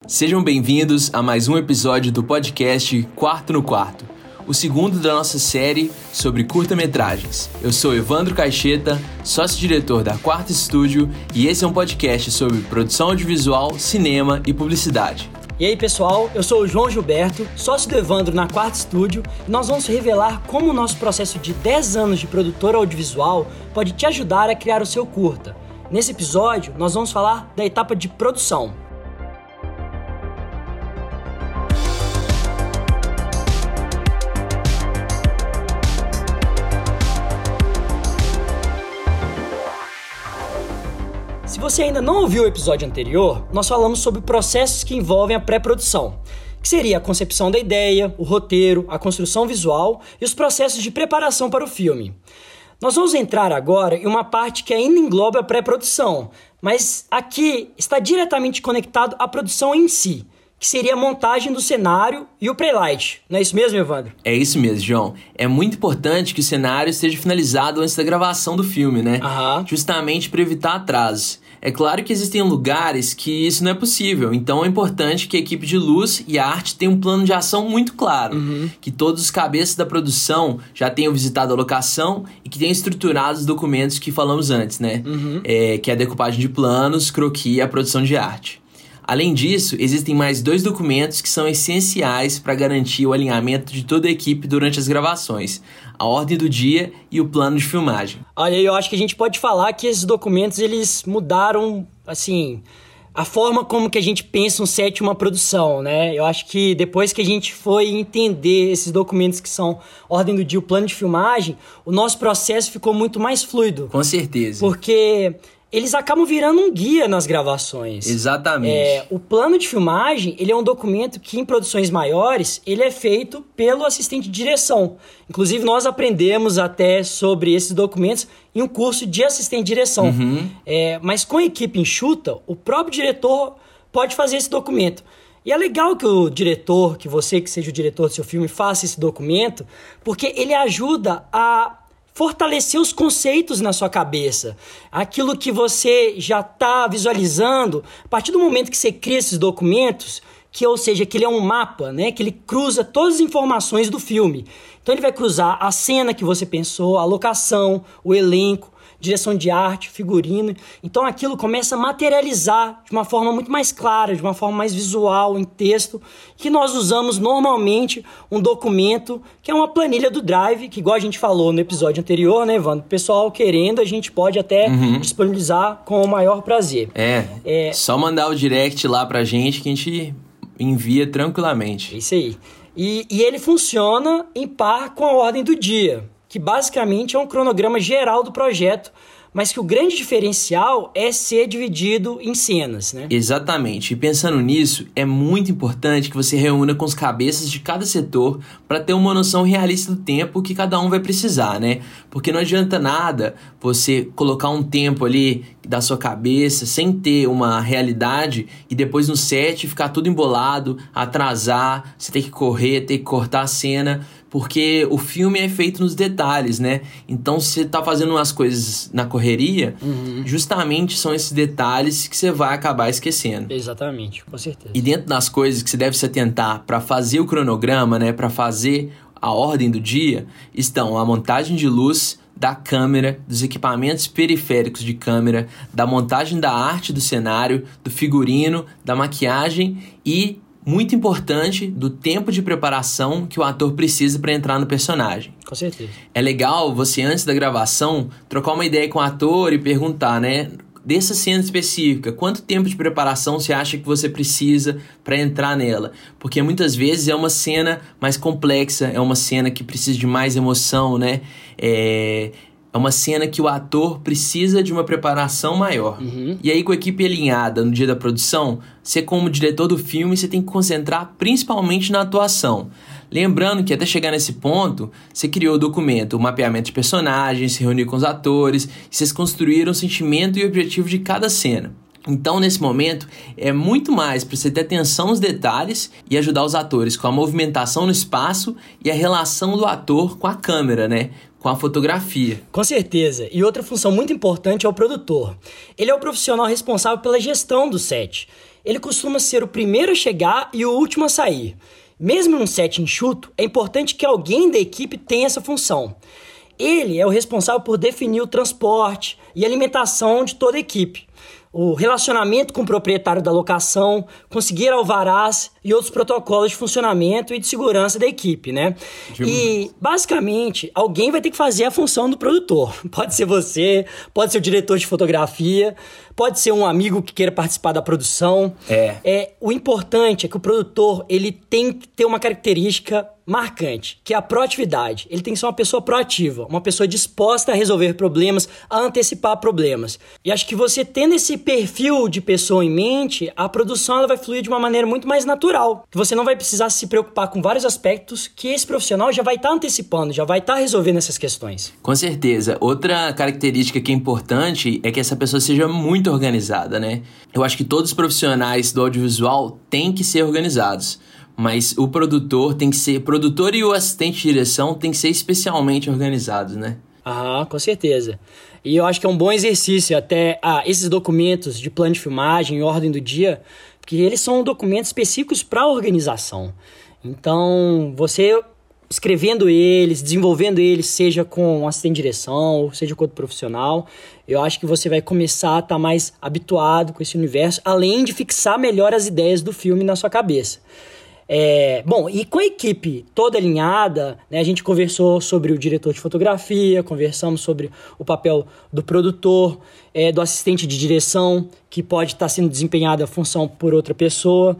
Sejam bem-vindos a mais um episódio do podcast Quarto no Quarto, o segundo da nossa série sobre curta-metragens. Eu sou Evandro Caixeta, sócio-diretor da Quarto Estúdio, e esse é um podcast sobre produção audiovisual, cinema e publicidade. E aí pessoal, eu sou o João Gilberto, sócio do Evandro na Quarto Estúdio, e nós vamos revelar como o nosso processo de 10 anos de produtor audiovisual pode te ajudar a criar o seu curta. Nesse episódio, nós vamos falar da etapa de produção. Se você ainda não ouviu o episódio anterior, nós falamos sobre processos que envolvem a pré-produção, que seria a concepção da ideia, o roteiro, a construção visual e os processos de preparação para o filme. Nós vamos entrar agora em uma parte que ainda engloba a pré-produção, mas aqui está diretamente conectado à produção em si, que seria a montagem do cenário e o pré-light. Não é isso mesmo, Evandro? É isso mesmo, João. É muito importante que o cenário esteja finalizado antes da gravação do filme, né? Justamente para evitar atrasos. É claro que existem lugares que isso não é possível, então é importante que a equipe de luz e arte tenha um plano de ação muito claro, que todos os cabeças da produção já tenham visitado a locação e que tenham estruturado os documentos que falamos antes, né? Que é a decupagem de planos, croquis e a produção de arte. Além disso, existem mais 2 documentos que são essenciais para garantir o alinhamento de toda a equipe durante as gravações: a ordem do dia e o plano de filmagem. Olha, eu acho que a gente pode falar que esses documentos eles mudaram, assim, a forma como que a gente pensa um set e uma produção, né? Eu acho que depois que a gente foi entender esses documentos que são ordem do dia e o plano de filmagem, o nosso processo ficou muito mais fluido. Com certeza. Porque eles acabam virando um guia nas gravações. Exatamente. O plano de filmagem, ele é um documento que em produções maiores, ele é feito pelo assistente de direção. Inclusive, nós aprendemos até sobre esses documentos em um curso de assistente de direção. Mas com a equipe enxuta, o próprio diretor pode fazer esse documento. E é legal que o diretor, que você que seja o diretor do seu filme, faça esse documento, porque ele ajuda a fortalecer os conceitos na sua cabeça. Aquilo que você já está visualizando, a partir do momento que você cria esses documentos, ou seja, que ele é um mapa, né? Que ele cruza todas as informações do filme. Então ele vai cruzar a cena que você pensou, a locação, o elenco, direção de arte, figurino. Então aquilo começa a materializar de uma forma muito mais clara, de uma forma mais visual, em texto, que nós usamos normalmente um documento que é uma planilha do Drive, que igual a gente falou no episódio anterior, né, Evandro? O pessoal querendo, a gente pode até disponibilizar com o maior prazer. Só mandar o direct lá pra gente que a gente envia tranquilamente. É isso aí. E ele funciona em par com a ordem do dia, que basicamente é um cronograma geral do projeto, mas que o grande diferencial é ser dividido em cenas, né? Exatamente. E pensando nisso, é muito importante que você reúna com os cabeças de cada setor para ter uma noção realista do tempo que cada um vai precisar, né? Porque não adianta nada você colocar um tempo ali da sua cabeça sem ter uma realidade e depois no set ficar tudo embolado, atrasar, você ter que correr, ter que cortar a cena, porque o filme é feito nos detalhes, né? Então, se você tá fazendo umas coisas na correria, justamente são esses detalhes que você vai acabar esquecendo. Exatamente, com certeza. E dentro das coisas que você deve se atentar para fazer o cronograma, né? Para fazer a ordem do dia, estão a montagem de luz, da câmera, dos equipamentos periféricos de câmera, da montagem da arte do cenário, do figurino, da maquiagem e, muito importante, do tempo de preparação que o ator precisa para entrar no personagem. Com certeza. É legal você, antes da gravação, trocar uma ideia com o ator e perguntar, né? Dessa cena específica, quanto tempo de preparação você acha que você precisa para entrar nela? Porque muitas vezes é uma cena mais complexa, é uma cena que precisa de mais emoção, né? É uma cena que o ator precisa de uma preparação maior. E aí, com a equipe alinhada no dia da produção, você, como diretor do filme, você tem que concentrar principalmente na atuação. Lembrando que até chegar nesse ponto, você criou o documento, o mapeamento de personagens, se reuniu com os atores, e vocês construíram o sentimento e o objetivo de cada cena. Então, nesse momento, é muito mais para você ter atenção nos detalhes e ajudar os atores com a movimentação no espaço e a relação do ator com a câmera, né? com a fotografia. Com certeza. E outra função muito importante é o produtor. Ele é o profissional responsável pela gestão do set. Ele costuma ser o primeiro a chegar e o último a sair. Mesmo num set enxuto, é importante que alguém da equipe tenha essa função. Ele é o responsável por definir o transporte e alimentação de toda a equipe, o relacionamento com o proprietário da locação, conseguir alvarás e outros protocolos de funcionamento e de segurança da equipe, né? E, basicamente, alguém vai ter que fazer a função do produtor. Pode ser você, pode ser o diretor de fotografia, pode ser um amigo que queira participar da produção. O importante é que o produtor ele tem que ter uma característica marcante, que é a proatividade. Ele tem que ser uma pessoa proativa, uma pessoa disposta a resolver problemas, a antecipar problemas. E acho que você tendo esse perfil de pessoa em mente, a produção ela vai fluir de uma maneira muito mais natural. Você não vai precisar se preocupar com vários aspectos que esse profissional já vai estar antecipando, já vai estar resolvendo essas questões. Com certeza. Outra característica que é importante é que essa pessoa seja muito organizada, né? Eu acho que todos os profissionais do audiovisual têm que ser organizados. Mas o produtor tem que ser... produtor e o assistente de direção tem que ser especialmente organizados, né? Com certeza. E eu acho que é um bom exercício até esses documentos de plano de filmagem e ordem do dia, porque eles são documentos específicos para a organização. Então, você escrevendo eles, desenvolvendo eles, seja com um assistente de direção, ou seja com outro profissional, eu acho que você vai começar a estar mais habituado com esse universo, além de fixar melhor as ideias do filme na sua cabeça. E com a equipe toda alinhada, né, a gente conversou sobre o diretor de fotografia, conversamos sobre o papel do produtor, do assistente de direção, que pode estar sendo desempenhada a função por outra pessoa.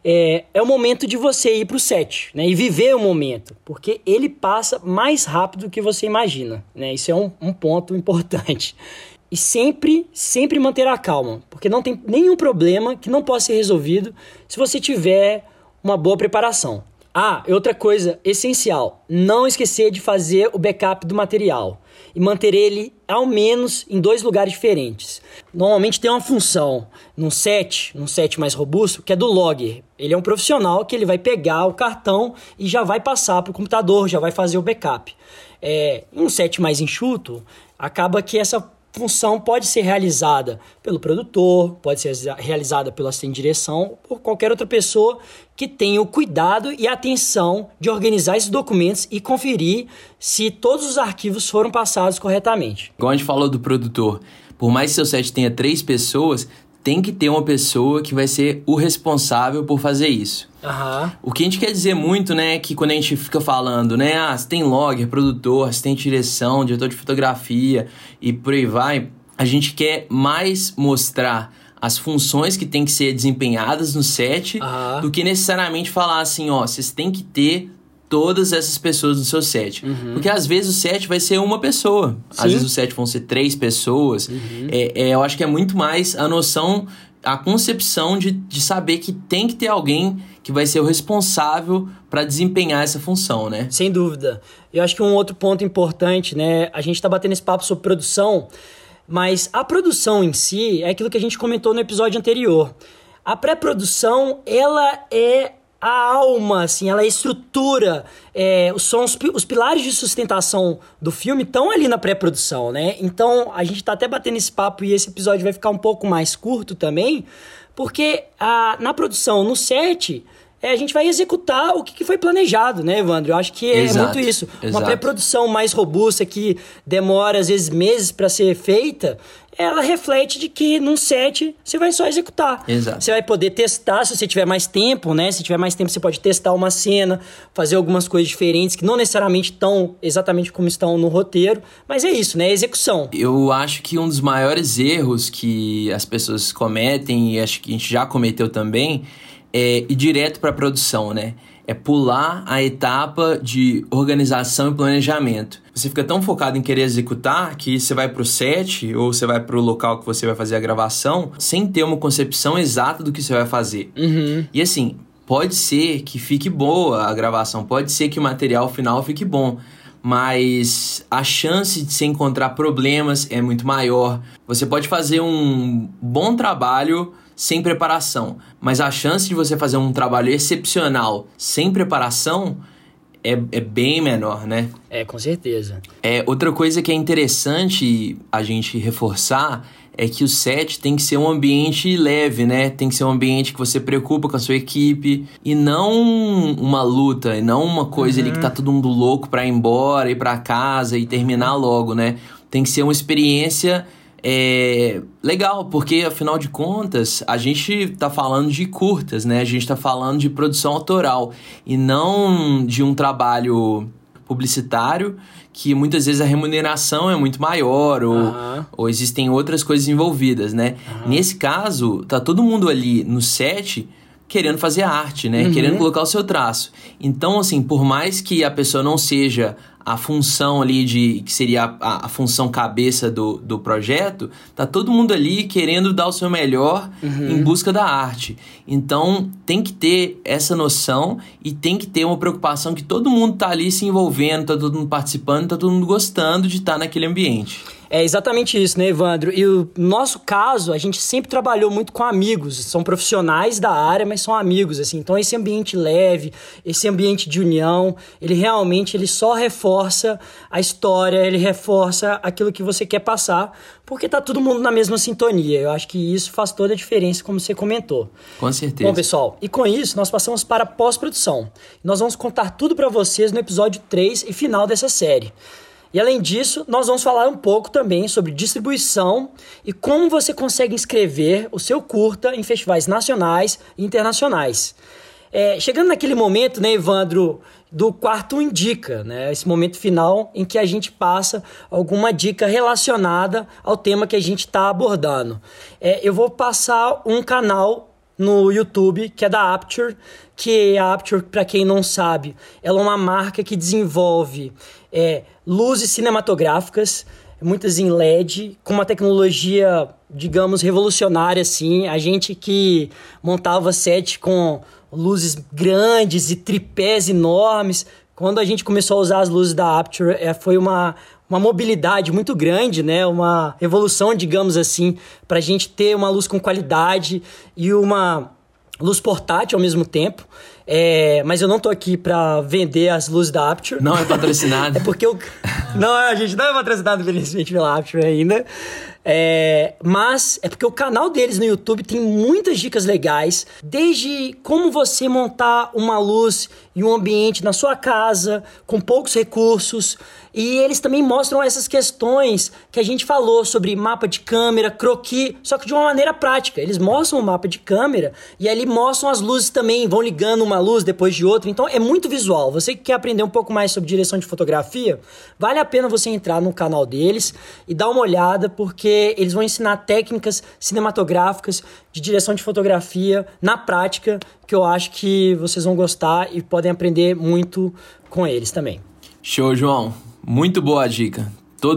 É o momento de você ir para o set, né, e viver o momento, porque ele passa mais rápido do que você imagina, né? Isso é um ponto importante. E sempre manter a calma, porque não tem nenhum problema que não possa ser resolvido se você tiver uma boa preparação. Outra coisa essencial, não esquecer de fazer o backup do material e manter ele ao menos em 2 lugares diferentes. Normalmente tem uma função num set mais robusto, que é do logger. Ele é um profissional que ele vai pegar o cartão e já vai passar para o computador, já vai fazer o backup. Em um set mais enxuto, acaba que essa função pode ser realizada pelo produtor, pode ser realizada pelo assistente de direção, por qualquer outra pessoa que tenha o cuidado e a atenção de organizar esses documentos e conferir se todos os arquivos foram passados corretamente. Igual a gente falou do produtor, por mais que seu set tenha 3 pessoas, tem que ter uma pessoa que vai ser o responsável por fazer isso. O que a gente quer dizer muito, né, que quando a gente fica falando, né, você tem logger, produtor, assistente de direção, diretor de fotografia e por aí vai, a gente quer mais mostrar as funções que tem que ser desempenhadas no set do que necessariamente falar assim, vocês têm que ter todas essas pessoas no seu set. Porque às vezes o set vai ser uma pessoa. Sim. Às vezes o set vão ser 3 pessoas. Eu acho que é muito mais a noção, a concepção de saber que tem que ter alguém que vai ser o responsável para desempenhar essa função, né? Sem dúvida. Eu acho que um outro ponto importante, né? A gente tá batendo esse papo sobre produção, mas a produção em si é aquilo que a gente comentou no episódio anterior. A pré-produção, ela é a alma, assim, ela é a estrutura, os pilares de sustentação do filme estão ali na pré-produção, né? Então, a gente tá até batendo esse papo e esse episódio vai ficar um pouco mais curto também, porque na produção, no set, a gente vai executar o que foi planejado, né, Evandro? Eu acho que é muito isso. Uma pré-produção mais robusta, que demora, às vezes, meses para ser feita, ela reflete de que num set você vai só executar. Você vai poder testar se você tiver mais tempo, né? Se tiver mais tempo, você pode testar uma cena, fazer algumas coisas diferentes que não necessariamente estão exatamente como estão no roteiro, mas é isso, né? É execução. Eu acho que um dos maiores erros que as pessoas cometem, e acho que a gente já cometeu também, é ir direto para a produção, né? É pular a etapa de organização e planejamento. Você fica tão focado em querer executar que você vai pro set ou você vai pro local que você vai fazer a gravação sem ter uma concepção exata do que você vai fazer. E assim, pode ser que fique boa a gravação, pode ser que o material final fique bom, mas a chance de você encontrar problemas é muito maior. Você pode fazer um bom trabalho sem preparação, mas a chance de você fazer um trabalho excepcional sem preparação é bem menor, né? Com certeza. Outra coisa que é interessante a gente reforçar é que o set tem que ser um ambiente leve, né? Tem que ser um ambiente que você preocupa com a sua equipe e não uma luta, e não uma coisa ali que tá todo mundo louco pra ir embora, ir pra casa e terminar logo, né? Tem que ser uma experiência legal, porque afinal de contas a gente tá falando de curtas, né? A gente tá falando de produção autoral e não de um trabalho publicitário que muitas vezes a remuneração é muito maior ou existem outras coisas envolvidas, né? Nesse caso, tá todo mundo ali no set querendo fazer arte, né? Querendo colocar o seu traço. Então, assim, por mais que a pessoa não seja a função ali que seria a função cabeça do projeto, tá todo mundo ali querendo dar o seu melhor em busca da arte. Então, tem que ter essa noção e tem que ter uma preocupação que todo mundo tá ali se envolvendo, tá todo mundo participando, tá todo mundo gostando de estar naquele ambiente. É exatamente isso, né, Evandro? E no nosso caso, a gente sempre trabalhou muito com amigos. São profissionais da área, mas são amigos, assim. Então, esse ambiente leve, esse ambiente de união, ele realmente só reforça a história, ele reforça aquilo que você quer passar, porque tá todo mundo na mesma sintonia. Eu acho que isso faz toda a diferença, como você comentou. Com certeza. Bom, pessoal, e com isso, nós passamos para a pós-produção. Nós vamos contar tudo para vocês no episódio 3 e final dessa série. E além disso, nós vamos falar um pouco também sobre distribuição e como você consegue inscrever o seu curta em festivais nacionais e internacionais. Chegando naquele momento, né, Evandro, do quarto indica, né? Esse momento final em que a gente passa alguma dica relacionada ao tema que a gente está abordando. Eu vou passar um canal no YouTube, que é da Aperture, que a Aperture, para quem não sabe, ela é uma marca que desenvolve luzes cinematográficas, muitas em LED, com uma tecnologia, digamos, revolucionária, assim. A gente que montava set com luzes grandes e tripés enormes, quando a gente começou a usar as luzes da Aperture, foi uma mobilidade muito grande, né? Uma revolução, digamos assim, para a gente ter uma luz com qualidade e uma luz portátil ao mesmo tempo. Mas eu não tô aqui para vender as luzes da Aperture. Não é patrocinado. É porque não, a gente não é patrocinado, felizmente, pela Aperture ainda. Mas é porque o canal deles no YouTube tem muitas dicas legais, desde como você montar uma luz em um ambiente na sua casa, com poucos recursos, e eles também mostram essas questões que a gente falou sobre mapa de câmera, croquis, só que de uma maneira prática. Eles mostram o mapa de câmera e ali mostram as luzes também, vão ligando uma luz depois de outra, então é muito visual. Você que quer aprender um pouco mais sobre direção de fotografia, vale a pena você entrar no canal deles e dar uma olhada, porque eles vão ensinar técnicas cinematográficas de direção de fotografia na prática, que eu acho que vocês vão gostar e podem aprender muito com eles também. Show, João. Muito boa a dica.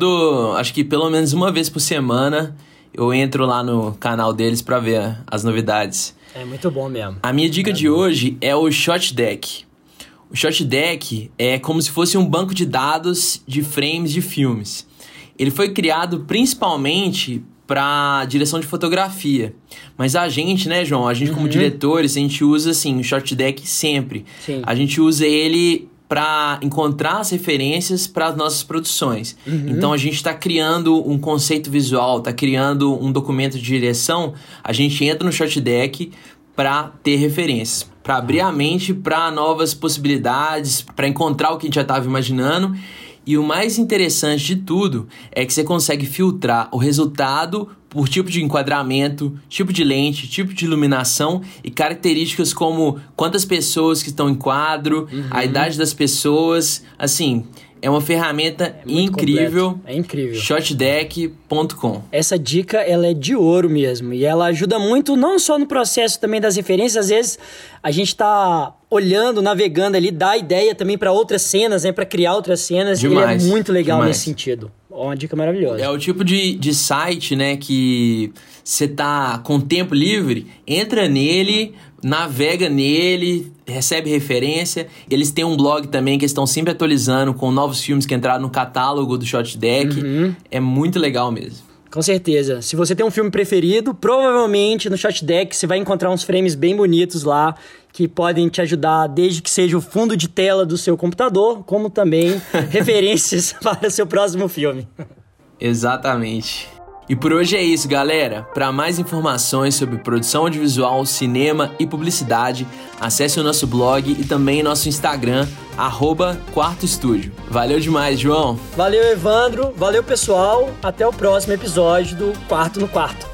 Acho que pelo menos uma vez por semana eu entro lá no canal deles para ver as novidades. É muito bom mesmo. A minha dica de hoje é o Shot Deck. O Shot Deck é como se fosse um banco de dados de frames de filmes. Ele foi criado principalmente para direção de fotografia. Mas a gente, né, João? A gente como diretores, a gente usa, assim, o Shot Deck sempre. Sim. A gente usa ele para encontrar as referências para as nossas produções. Então, a gente está criando um conceito visual, está criando um documento de direção, a gente entra no Shot Deck para ter referências, para abrir a mente para novas possibilidades, para encontrar o que a gente já estava imaginando. E o mais interessante de tudo é que você consegue filtrar o resultado por tipo de enquadramento, tipo de lente, tipo de iluminação e características como quantas pessoas que estão em quadro, a idade das pessoas. Assim, é uma ferramenta incrível. Completo. É incrível. Shotdeck.com. Essa dica, ela é de ouro mesmo. E ela ajuda muito, não só no processo também das referências. Às vezes, a gente tá olhando, navegando ali, dá ideia também para outras cenas, né? Para criar outras cenas. Demais, ele é muito legal demais. nesse sentido. Uma dica maravilhosa. É o tipo de site, né, que você tá com tempo livre, entra nele, navega nele, recebe referência. Eles têm um blog também que estão sempre atualizando com novos filmes que entraram no catálogo do Shot Deck. É muito legal mesmo. Com certeza. Se você tem um filme preferido, provavelmente no Shot Deck você vai encontrar uns frames bem bonitos lá, que podem te ajudar desde que seja o fundo de tela do seu computador, como também referências para o seu próximo filme. Exatamente. E por hoje é isso, galera. Para mais informações sobre produção audiovisual, cinema e publicidade, acesse o nosso blog e também nosso Instagram, @Quarto Estúdio. Valeu demais, João. Valeu, Evandro. Valeu, pessoal. Até o próximo episódio do Quarto no Quarto.